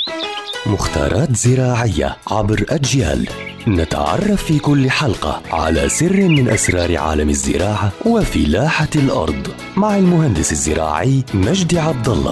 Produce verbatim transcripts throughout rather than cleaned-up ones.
مختارات زراعية عبر أجيال، نتعرف في كل حلقة على سر من أسرار عالم الزراعة وفلاحة الأرض مع المهندس الزراعي مجدي عبد الله.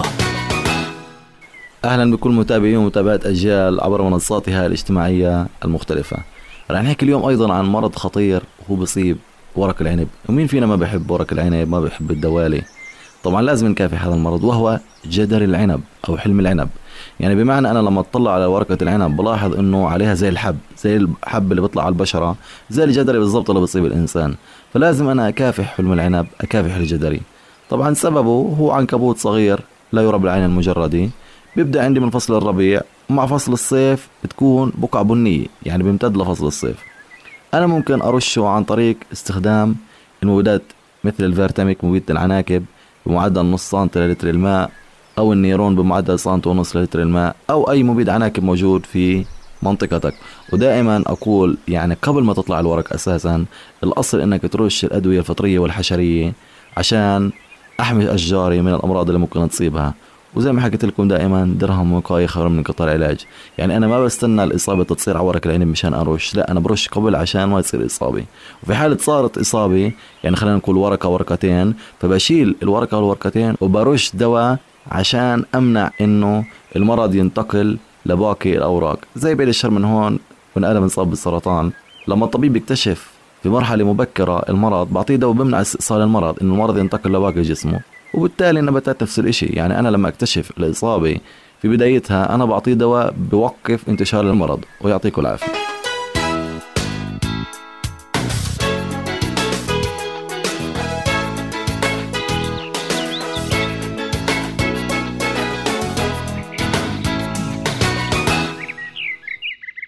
أهلا بكل متابعين ومتابعات أجيال عبر منصاتها الاجتماعية المختلفة. رح نحكي اليوم أيضا عن مرض خطير هو بيصيب ورق العنب. ومين فينا ما بيحب ورق العنب، ما بيحب الدوالي؟ طبعا لازم نكافح هذا المرض، وهو جدر العنب أو حلم العنب. يعني بمعنى أنا لما أطلع على ورقة العنب بلاحظ إنه عليها زي الحب، زي الحب اللي بيطلع على البشرة، زي الجدري بالضبط اللي بيصيب الإنسان. فلازم أنا أكافح حلم العنب، أكافح الجدري. طبعا سببه هو عنكبوت صغير لا يرى بالعين المجردة، بيبدأ عندي من فصل الربيع، ومع فصل الصيف بتكون بقع بنية، يعني بيمتد لفصل الصيف. أنا ممكن أرشه عن طريق استخدام المبيدات مثل الفيرتاميك مبيد العناكب بمعدل نص سنتي لتر الماء، أو النيرون بمعدل سنتي ونص لتر الماء، أو أي مبيد عناكب موجود في منطقتك. ودائما أقول يعني قبل ما تطلع الورق أساسا الأصل إنك ترش الأدوية الفطرية والحشرية عشان أحمي أشجاري من الأمراض اللي ممكن تصيبها. وزي ما حكيت لكم دائما درهم وقاية خير من قطار علاج. يعني أنا ما بستنى الإصابة تصير على ورق العنب مشان أرش، لا أنا برش قبل عشان ما تصير إصابة. وفي حالة صارت إصابة، يعني خلينا نقول ورقة ورقتين، فبشيل الورقة والورقتين وبرش دواء عشان أمنع إنه المرض ينتقل لباقي الأوراق. زي بيد الشر من هون ونقلب نصاب بالسرطان، لما الطبيب يكتشف في مرحلة مبكرة المرض بعطيه دواء بمنع استئصال المرض، إنه المرض ينتقل لباقي جسمه. وبالتالي النباتات نفس الاشي. يعني أنا لما أكتشف الإصابة في بدايتها أنا بعطيه دواء بوقف انتشار المرض. ويعطيكم العافية.